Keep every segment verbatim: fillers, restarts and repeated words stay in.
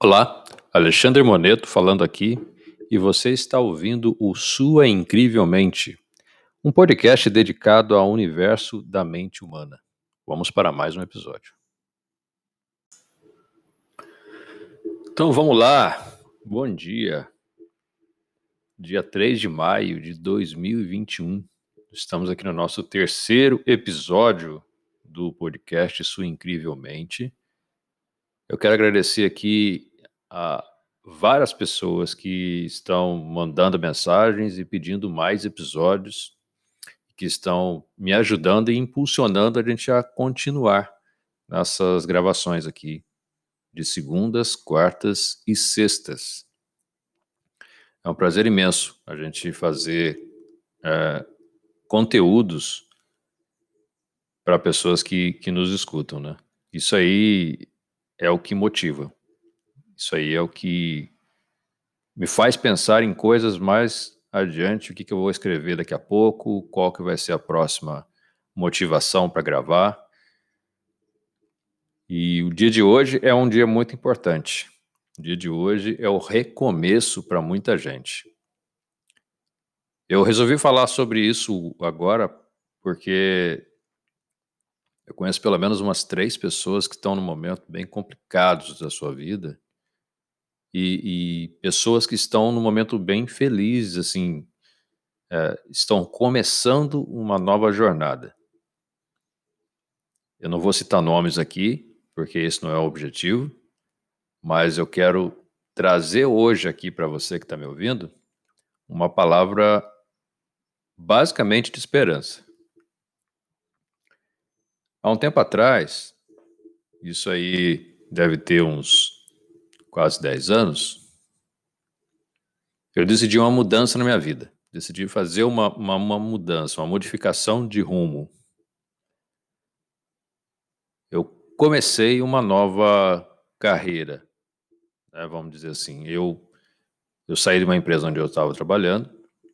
Olá, Alexandre Moneto falando aqui e você está ouvindo o Sua Incrivelmente, um podcast dedicado ao universo da mente humana. Vamos para mais um episódio. Então vamos lá, bom dia, dia três de maio de dois mil e vinte e um, estamos aqui no nosso terceiro episódio do podcast Sua Incrivelmente. Eu quero agradecer aqui a várias pessoas que estão mandando mensagens e pedindo mais episódios, que estão me ajudando e impulsionando a gente a continuar nessas gravações aqui, de segundas, quartas e sextas. É um prazer imenso a gente fazer é, conteúdos para pessoas que, que nos escutam, né? Isso aí é o que motiva. Isso aí é o que me faz pensar em coisas mais adiante, o que, que eu vou escrever daqui a pouco, qual que vai ser a próxima motivação para gravar. E o dia de hoje é um dia muito importante. O dia de hoje é o recomeço para muita gente. Eu resolvi falar sobre isso agora porque eu conheço pelo menos umas três pessoas que estão num momento bem complicado da sua vida e, e pessoas que estão num momento bem felizes, assim, é, estão começando uma nova jornada. Eu não vou citar nomes aqui, porque esse não é o objetivo, mas eu quero trazer hoje aqui para você que está me ouvindo uma palavra basicamente de esperança. Há um tempo atrás, isso aí deve ter uns quase dez anos, eu decidi uma mudança na minha vida. Decidi fazer uma, uma, uma mudança, uma modificação de rumo. Eu comecei uma nova carreira, né, vamos dizer assim. Eu, eu saí de uma empresa onde eu estava trabalhando,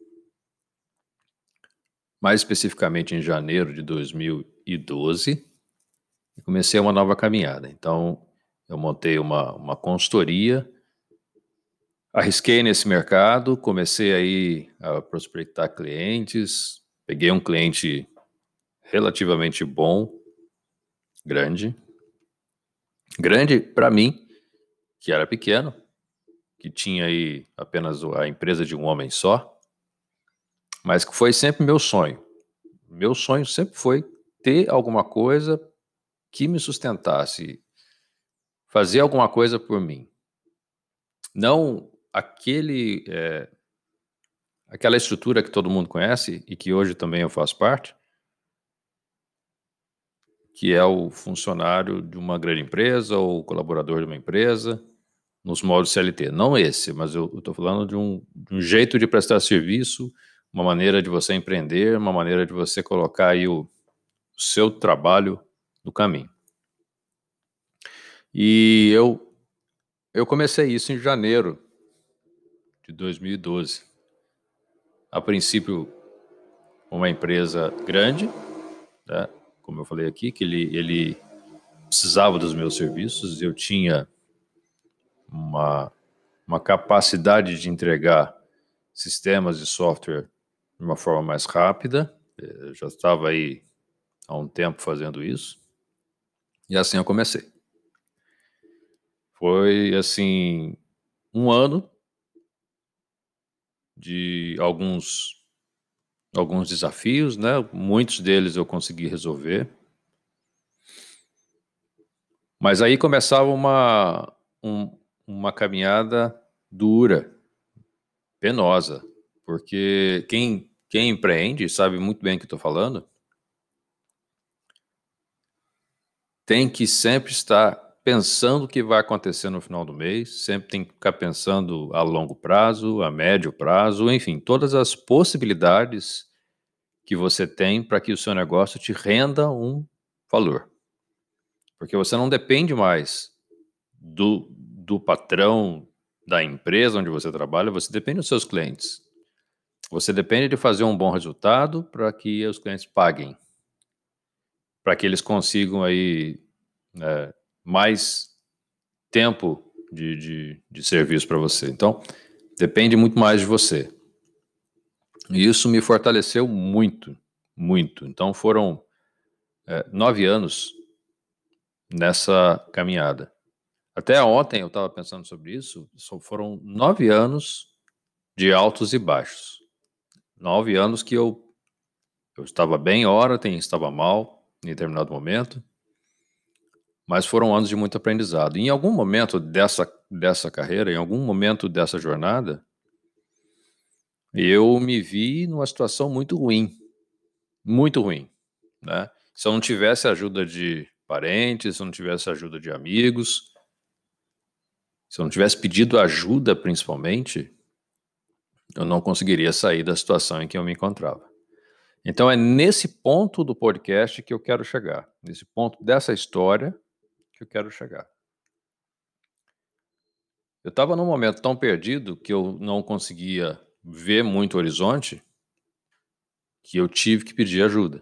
mais especificamente em janeiro de dois mil e doze, e comecei uma nova caminhada. Então, eu montei uma, uma consultoria, arrisquei nesse mercado, comecei aí a prospectar clientes, peguei um cliente relativamente bom, grande, grande para mim, que era pequeno, que tinha aí apenas a empresa de um homem só, mas que foi sempre meu sonho. Meu sonho sempre foi ter alguma coisa que me sustentasse, fazer alguma coisa por mim. Não aquele, é, aquela estrutura que todo mundo conhece e que hoje também eu faço parte, que é o funcionário de uma grande empresa ou o colaborador de uma empresa, nos moldes C L T. Não esse, mas eu estou falando de um, de um jeito de prestar serviço, uma maneira de você empreender, uma maneira de você colocar aí o, o seu trabalho no caminho. E eu, eu comecei isso em janeiro de dois mil e doze. A princípio, uma empresa grande, né, como eu falei aqui, que ele, ele precisava dos meus serviços, eu tinha uma, uma capacidade de entregar sistemas de software de uma forma mais rápida. Eu já estava aí há um tempo fazendo isso. E assim eu comecei. Foi, assim, um ano de alguns, alguns desafios, né? Muitos deles eu consegui resolver. Mas aí começava uma, um, uma caminhada dura, penosa, porque quem, quem empreende sabe muito bem o que estou falando, tem que sempre estar pensando o que vai acontecer no final do mês, sempre tem que ficar pensando a longo prazo, a médio prazo, enfim, todas as possibilidades que você tem para que o seu negócio te renda um valor. Porque você não depende mais do, do patrão da empresa onde você trabalha, você depende dos seus clientes. Você depende de fazer um bom resultado para que os clientes paguem, para que eles consigam aí é, mais tempo de, de, de serviço para você. Então, depende muito mais de você. E isso me fortaleceu muito, muito. Então, foram é, nove anos nessa caminhada. Até ontem eu estava pensando sobre isso, só foram nove anos de altos e baixos. Nove anos que eu, eu estava bem, ora, tem, estava mal, em determinado momento, mas foram anos de muito aprendizado. E em algum momento dessa, dessa carreira, em algum momento dessa jornada, eu me vi numa situação muito ruim, muito ruim, né? Se eu não tivesse a ajuda de parentes, se eu não tivesse a ajuda de amigos, se eu não tivesse pedido ajuda, principalmente, eu não conseguiria sair da situação em que eu me encontrava. Então é nesse ponto do podcast que eu quero chegar, nesse ponto dessa história que eu quero chegar. Eu estava num momento tão perdido que eu não conseguia ver muito horizonte, que eu tive que pedir ajuda.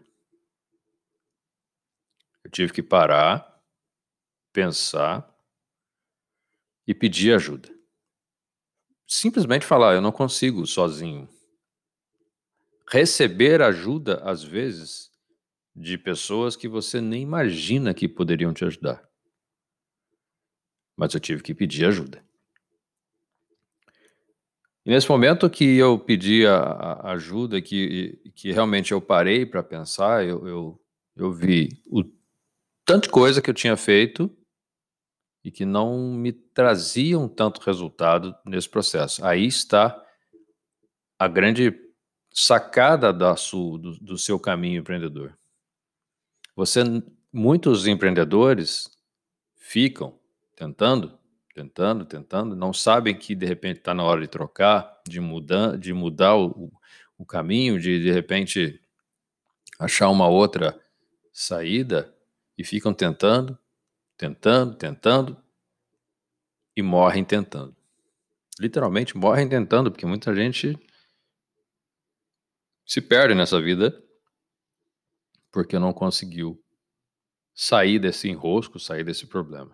Eu tive que parar, pensar e pedir ajuda. Simplesmente falar, eu não consigo sozinho. Receber ajuda, às vezes, de pessoas que você nem imagina que poderiam te ajudar. Mas eu tive que pedir ajuda. E nesse momento que eu pedi a, a ajuda, que, que realmente eu parei para pensar, eu, eu, eu vi o tanto de coisa que eu tinha feito e que não me traziam tanto resultado nesse processo. Aí está a grande sacada da sua, do, do seu caminho empreendedor. Você, muitos empreendedores ficam tentando, tentando, tentando, não sabem que de repente está na hora de trocar, de mudar, de mudar o, o caminho, de de repente achar uma outra saída e ficam tentando, tentando, tentando e morrem tentando. Literalmente morrem tentando, porque muita gente se perde nessa vida porque não conseguiu sair desse enrosco, sair desse problema.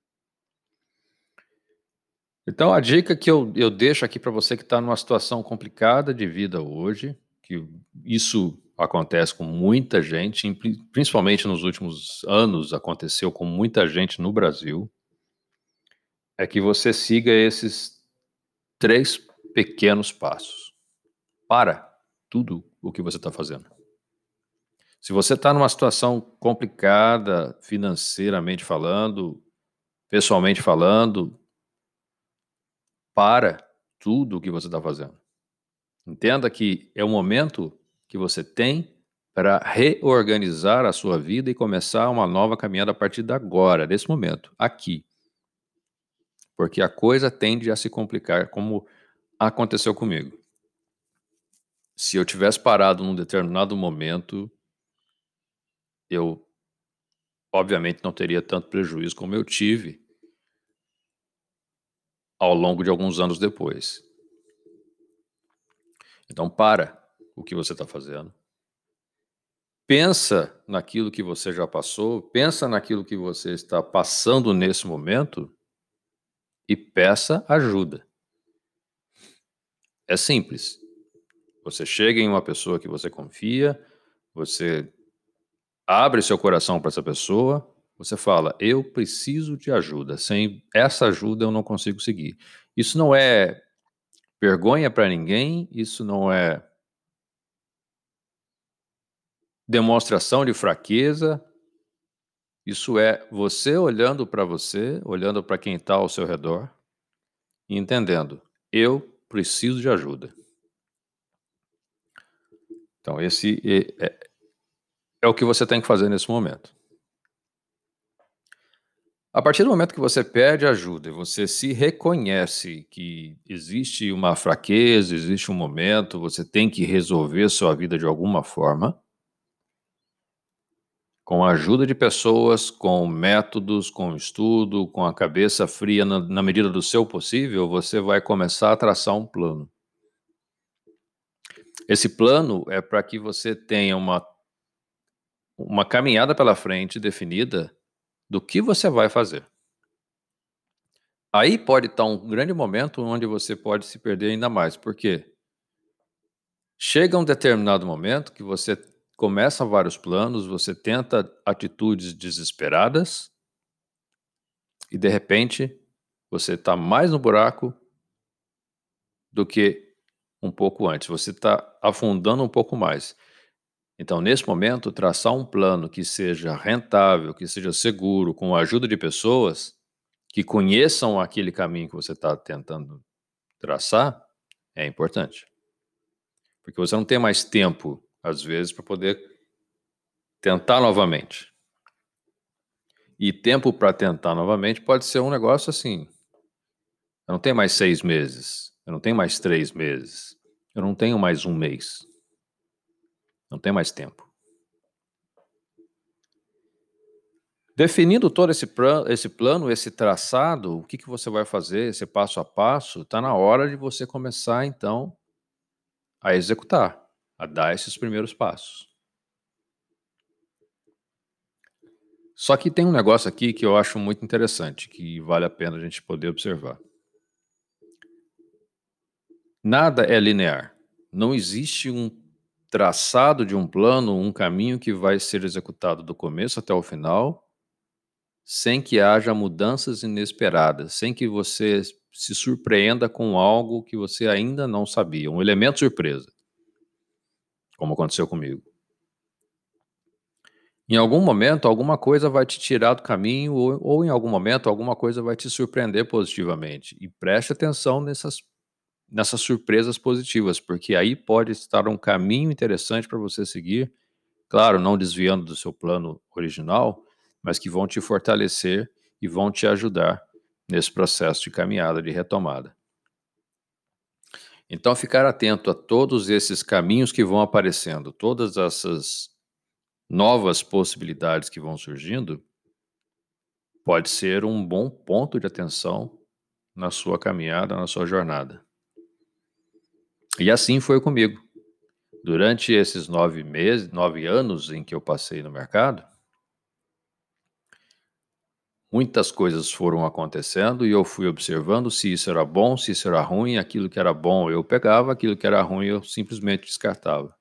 Então, a dica que eu, eu deixo aqui para você que está numa situação complicada de vida hoje, que isso acontece com muita gente, principalmente nos últimos anos, aconteceu com muita gente no Brasil, é que você siga esses três pequenos passos. Para tudo o que você está fazendo. Se você está numa situação complicada, financeiramente falando, pessoalmente falando, para tudo o que você está fazendo. Entenda que é o momento que você tem para reorganizar a sua vida e começar uma nova caminhada a partir de agora, desse momento, aqui. Porque a coisa tende a se complicar, como aconteceu comigo. Se eu tivesse parado num determinado momento, eu obviamente não teria tanto prejuízo como eu tive ao longo de alguns anos depois. Então, para o que você está fazendo. Pensa naquilo que você já passou, pensa naquilo que você está passando nesse momento e peça ajuda. É simples. Você chega em uma pessoa que você confia, você abre seu coração para essa pessoa, você fala, eu preciso de ajuda, sem essa ajuda eu não consigo seguir. Isso não é vergonha para ninguém, isso não é demonstração de fraqueza, isso é você olhando para você, olhando para quem está ao seu redor e entendendo, eu preciso de ajuda. Então esse é, é, é o que você tem que fazer nesse momento. A partir do momento que você pede ajuda e você se reconhece que existe uma fraqueza, existe um momento, você tem que resolver sua vida de alguma forma, com a ajuda de pessoas, com métodos, com estudo, com a cabeça fria, na, na medida do seu possível, você vai começar a traçar um plano. Esse plano é para que você tenha uma, uma caminhada pela frente definida do que você vai fazer. Aí pode estar um grande momento onde você pode se perder ainda mais. Por quê? Chega um determinado momento que você começa vários planos, você tenta atitudes desesperadas e, de repente, você está mais no buraco do que um pouco antes. Você está afundando um pouco mais. Então, nesse momento, traçar um plano que seja rentável, que seja seguro, com a ajuda de pessoas que conheçam aquele caminho que você está tentando traçar, é importante. Porque você não tem mais tempo, às vezes, para poder tentar novamente. E tempo para tentar novamente pode ser um negócio assim. Eu não tenho mais seis meses. Eu não tenho mais três meses. Eu não tenho mais um mês. Não tenho mais tempo. Definindo todo esse, plan, esse plano, esse traçado, o que, que você vai fazer, esse passo a passo, está na hora de você começar, então, a executar, a dar esses primeiros passos. Só que tem um negócio aqui que eu acho muito interessante, que vale a pena a gente poder observar. Nada é linear. Não existe um traçado de um plano, um caminho que vai ser executado do começo até o final, sem que haja mudanças inesperadas, sem que você se surpreenda com algo que você ainda não sabia, um elemento surpresa, como aconteceu comigo. Em algum momento, alguma coisa vai te tirar do caminho, ou, ou em algum momento, alguma coisa vai te surpreender positivamente. E preste atenção nessas, nessas surpresas positivas, porque aí pode estar um caminho interessante para você seguir, claro, não desviando do seu plano original, mas que vão te fortalecer e vão te ajudar nesse processo de caminhada, de retomada. Então, ficar atento a todos esses caminhos que vão aparecendo, todas essas novas possibilidades que vão surgindo, pode ser um bom ponto de atenção na sua caminhada, na sua jornada. E assim foi comigo. Durante esses nove meses, nove anos em que eu passei no mercado, muitas coisas foram acontecendo e eu fui observando se isso era bom, se isso era ruim. Aquilo que era bom eu pegava, aquilo que era ruim eu simplesmente descartava.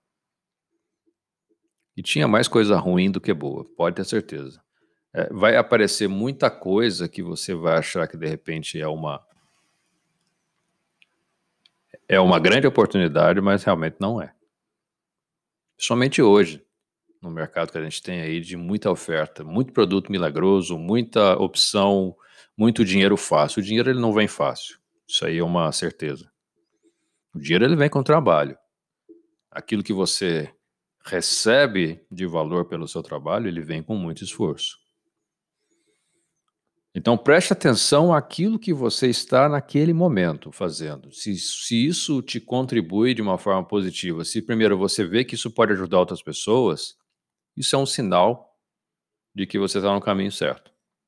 E tinha mais coisa ruim do que boa, pode ter certeza. É, vai aparecer muita coisa que você vai achar que de repente é uma é uma grande oportunidade, mas realmente não é. Somente hoje, no mercado que a gente tem aí de muita oferta, muito produto milagroso, muita opção, muito dinheiro fácil. O dinheiro ele não vem fácil, isso aí é uma certeza. O dinheiro ele vem com trabalho. Aquilo que você recebe de valor pelo seu trabalho, ele vem com muito esforço. Então preste atenção àquilo que você está naquele momento fazendo. Se, se isso te contribui de uma forma positiva, se primeiro você vê que isso pode ajudar outras pessoas, isso é um sinal de que você está no caminho certo.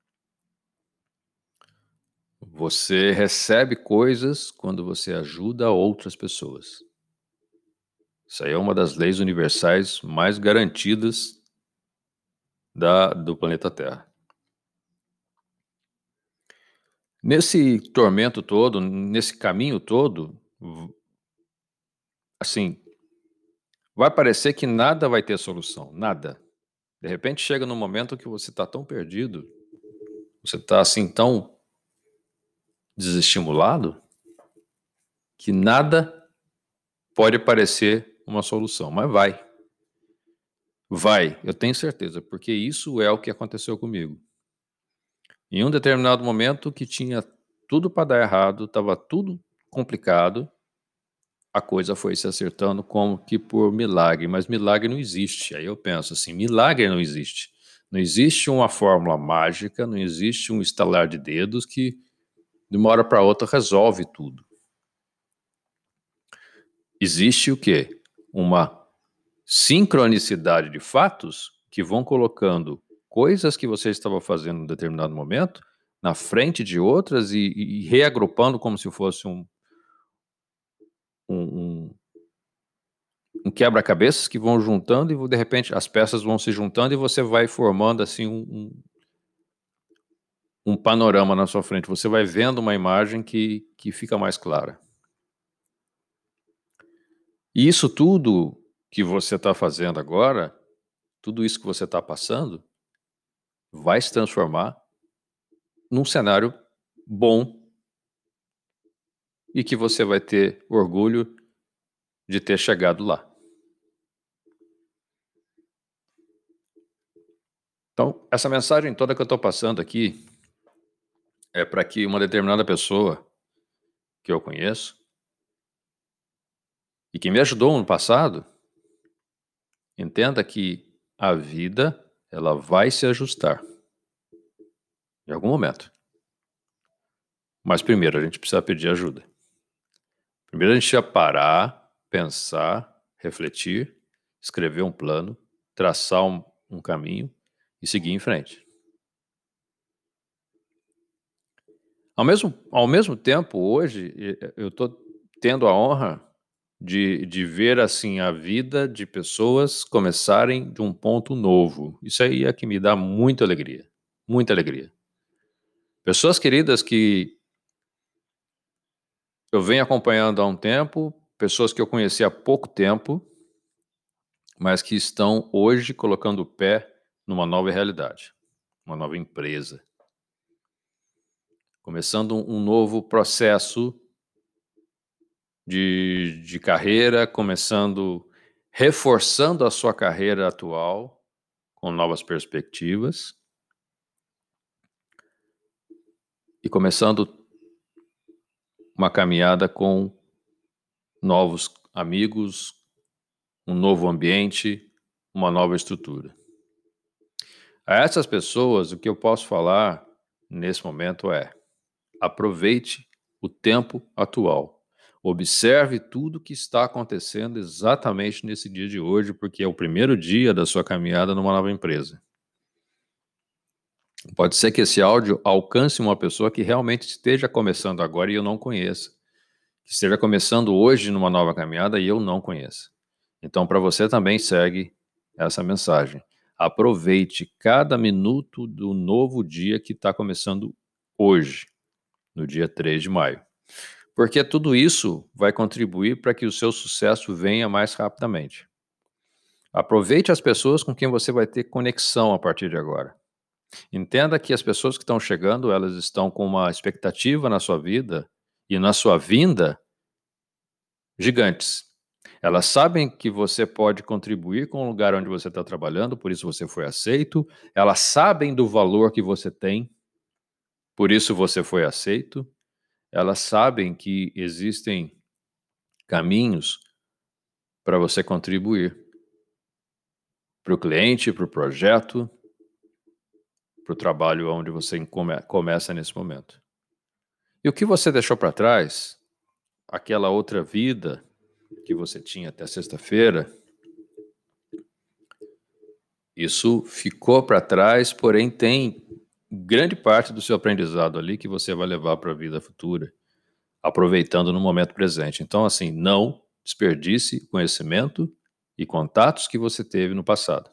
Você recebe coisas quando você ajuda outras pessoas. Isso aí é uma das leis universais mais garantidas da, do planeta Terra. Nesse tormento todo, nesse caminho todo, assim, vai parecer que nada vai ter solução, nada. De repente chega num momento que você está tão perdido, você está assim tão desestimulado, que nada pode parecer uma solução, mas vai. Vai, eu tenho certeza, porque isso é o que aconteceu comigo. Em um determinado momento que tinha tudo para dar errado, estava tudo complicado, a coisa foi se acertando como que por milagre, mas milagre não existe. Aí eu penso assim, milagre não existe. Não existe uma fórmula mágica, não existe um estalar de dedos que de uma hora para outra resolve tudo. Existe o quê? Uma sincronicidade de fatos que vão colocando coisas que você estava fazendo em um determinado momento na frente de outras e, e reagrupando como se fosse um, um, um, um quebra-cabeças que vão juntando e de repente as peças vão se juntando e você vai formando assim um, um, um panorama na sua frente, você vai vendo uma imagem que, que fica mais clara. E isso tudo que você está fazendo agora, tudo isso que você está passando, vai se transformar num cenário bom e que você vai ter orgulho de ter chegado lá. Então, essa mensagem toda que eu estou passando aqui é para que uma determinada pessoa que eu conheço e que me ajudou no passado entenda que a vida ela vai se ajustar em algum momento. Mas primeiro a gente precisa pedir ajuda. Primeiro a gente precisa parar, pensar, refletir, escrever um plano, traçar um, um caminho e seguir em frente. Ao mesmo, ao mesmo tempo, hoje, eu estou tendo a honra de, de ver assim a vida de pessoas começarem de um ponto novo. Isso aí é que me dá muita alegria, muita alegria. Pessoas queridas que eu venho acompanhando há um tempo, pessoas que eu conheci há pouco tempo, mas que estão hoje colocando o pé numa nova realidade, uma nova empresa. Começando um novo processo de, de carreira, começando, reforçando a sua carreira atual com novas perspectivas e começando uma caminhada com novos amigos, um novo ambiente, uma nova estrutura. A essas pessoas, o que eu posso falar nesse momento é: aproveite o tempo atual. Observe tudo que está acontecendo exatamente nesse dia de hoje, porque é o primeiro dia da sua caminhada numa nova empresa. Pode ser que esse áudio alcance uma pessoa que realmente esteja começando agora e eu não conheça. Que esteja começando hoje numa nova caminhada e eu não conheça. Então, para você também segue essa mensagem. Aproveite cada minuto do novo dia que está começando hoje, no dia três de maio. Porque tudo isso vai contribuir para que o seu sucesso venha mais rapidamente. Aproveite as pessoas com quem você vai ter conexão a partir de agora. Entenda que as pessoas que estão chegando, elas estão com uma expectativa na sua vida e na sua vinda gigantes. Elas sabem que você pode contribuir com o lugar onde você está trabalhando, por isso você foi aceito. Elas sabem do valor que você tem, por isso você foi aceito. Elas sabem que existem caminhos para você contribuir para o cliente, para o projeto, para o trabalho onde você come- começa nesse momento. E o que você deixou para trás, aquela outra vida que você tinha até sexta-feira, isso ficou para trás, porém tem grande parte do seu aprendizado ali que você vai levar para a vida futura, aproveitando no momento presente. Então, assim, não desperdice conhecimento e contatos que você teve no passado.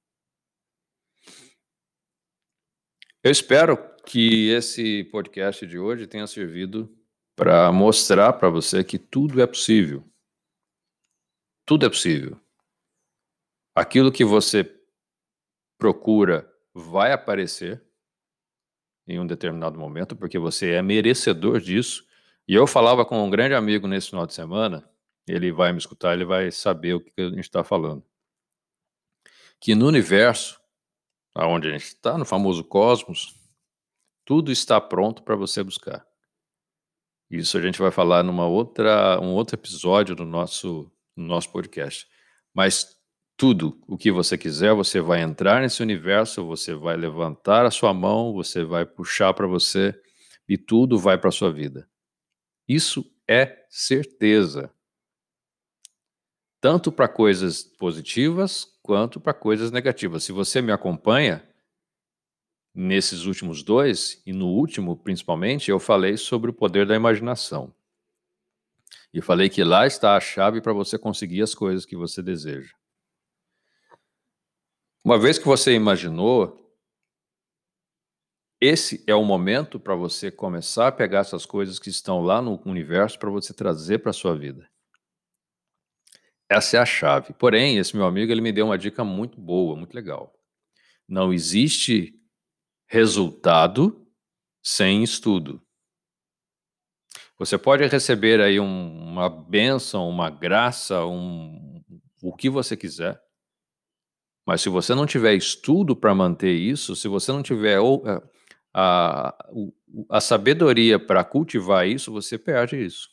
Eu espero que esse podcast de hoje tenha servido para mostrar para você que tudo é possível. Tudo é possível. Aquilo que você procura vai aparecer em um determinado momento, porque você é merecedor disso. E eu falava com um grande amigo nesse final de semana, ele vai me escutar, ele vai saber o que a gente está falando. Que no universo, aonde a gente está, no famoso cosmos, tudo está pronto para você buscar. Isso a gente vai falar numa outra, um outro episódio do nosso, no nosso podcast. Mas tudo o que você quiser, você vai entrar nesse universo, você vai levantar a sua mão, você vai puxar para você e tudo vai para a sua vida. Isso é certeza. Tanto para coisas positivas quanto para coisas negativas. Se você me acompanha nesses últimos dois, e no último principalmente, eu falei sobre o poder da imaginação. E falei que lá está a chave para você conseguir as coisas que você deseja. Uma vez que você imaginou, esse é o momento para você começar a pegar essas coisas que estão lá no universo para você trazer para a sua vida. Essa é a chave. Porém, esse meu amigo ele me deu uma dica muito boa, muito legal. Não existe resultado sem estudo. Você pode receber aí um, uma bênção, uma graça, um, o que você quiser. Mas se você não tiver estudo para manter isso, se você não tiver ou, a, a, a sabedoria para cultivar isso, você perde isso.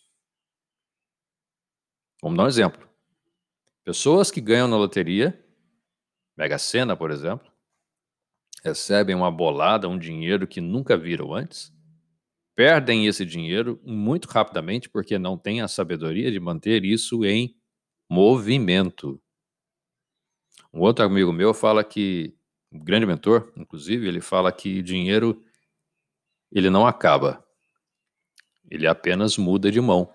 Vamos dar um exemplo. Pessoas que ganham na loteria, Mega Sena, por exemplo, recebem uma bolada, um dinheiro que nunca viram antes, perdem esse dinheiro muito rapidamente porque não têm a sabedoria de manter isso em movimento. Um outro amigo meu fala que, um grande mentor, inclusive, ele fala que dinheiro ele não acaba, ele apenas muda de mão.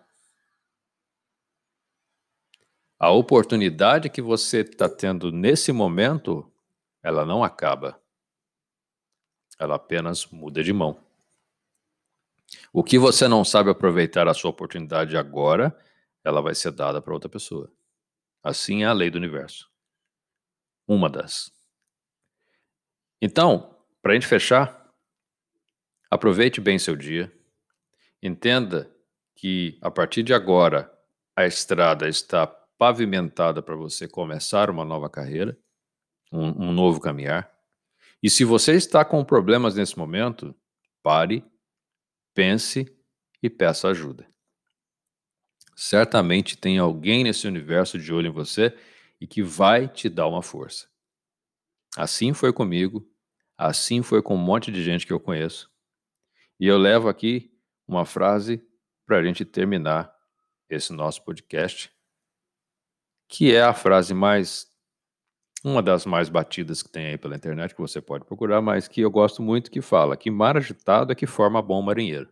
A oportunidade que você está tendo nesse momento, ela não acaba, ela apenas muda de mão. O que você não sabe aproveitar a sua oportunidade agora, ela vai ser dada para outra pessoa. Assim é a lei do universo. Uma das. Então, para a gente fechar, aproveite bem seu dia. Entenda que a partir de agora a estrada está pavimentada para você começar uma nova carreira, um, um novo caminhar. E se você está com problemas nesse momento, pare, pense e peça ajuda. Certamente tem alguém nesse universo de olho em você e que vai te dar uma força. Assim foi comigo, assim foi com um monte de gente que eu conheço. E eu levo aqui uma frase para a gente terminar esse nosso podcast, que é a frase mais, uma das mais batidas que tem aí pela internet, que você pode procurar, mas que eu gosto muito, que fala que mar agitado é que forma bom marinheiro.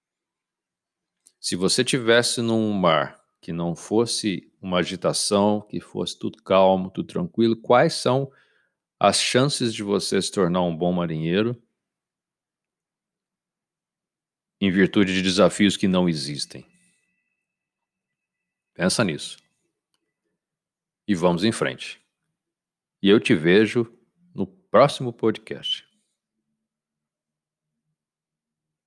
Se você tivesse num mar que não fosse uma agitação, que fosse tudo calmo, tudo tranquilo, quais são as chances de você se tornar um bom marinheiro em virtude de desafios que não existem? Pensa nisso. E vamos em frente. E eu te vejo no próximo podcast.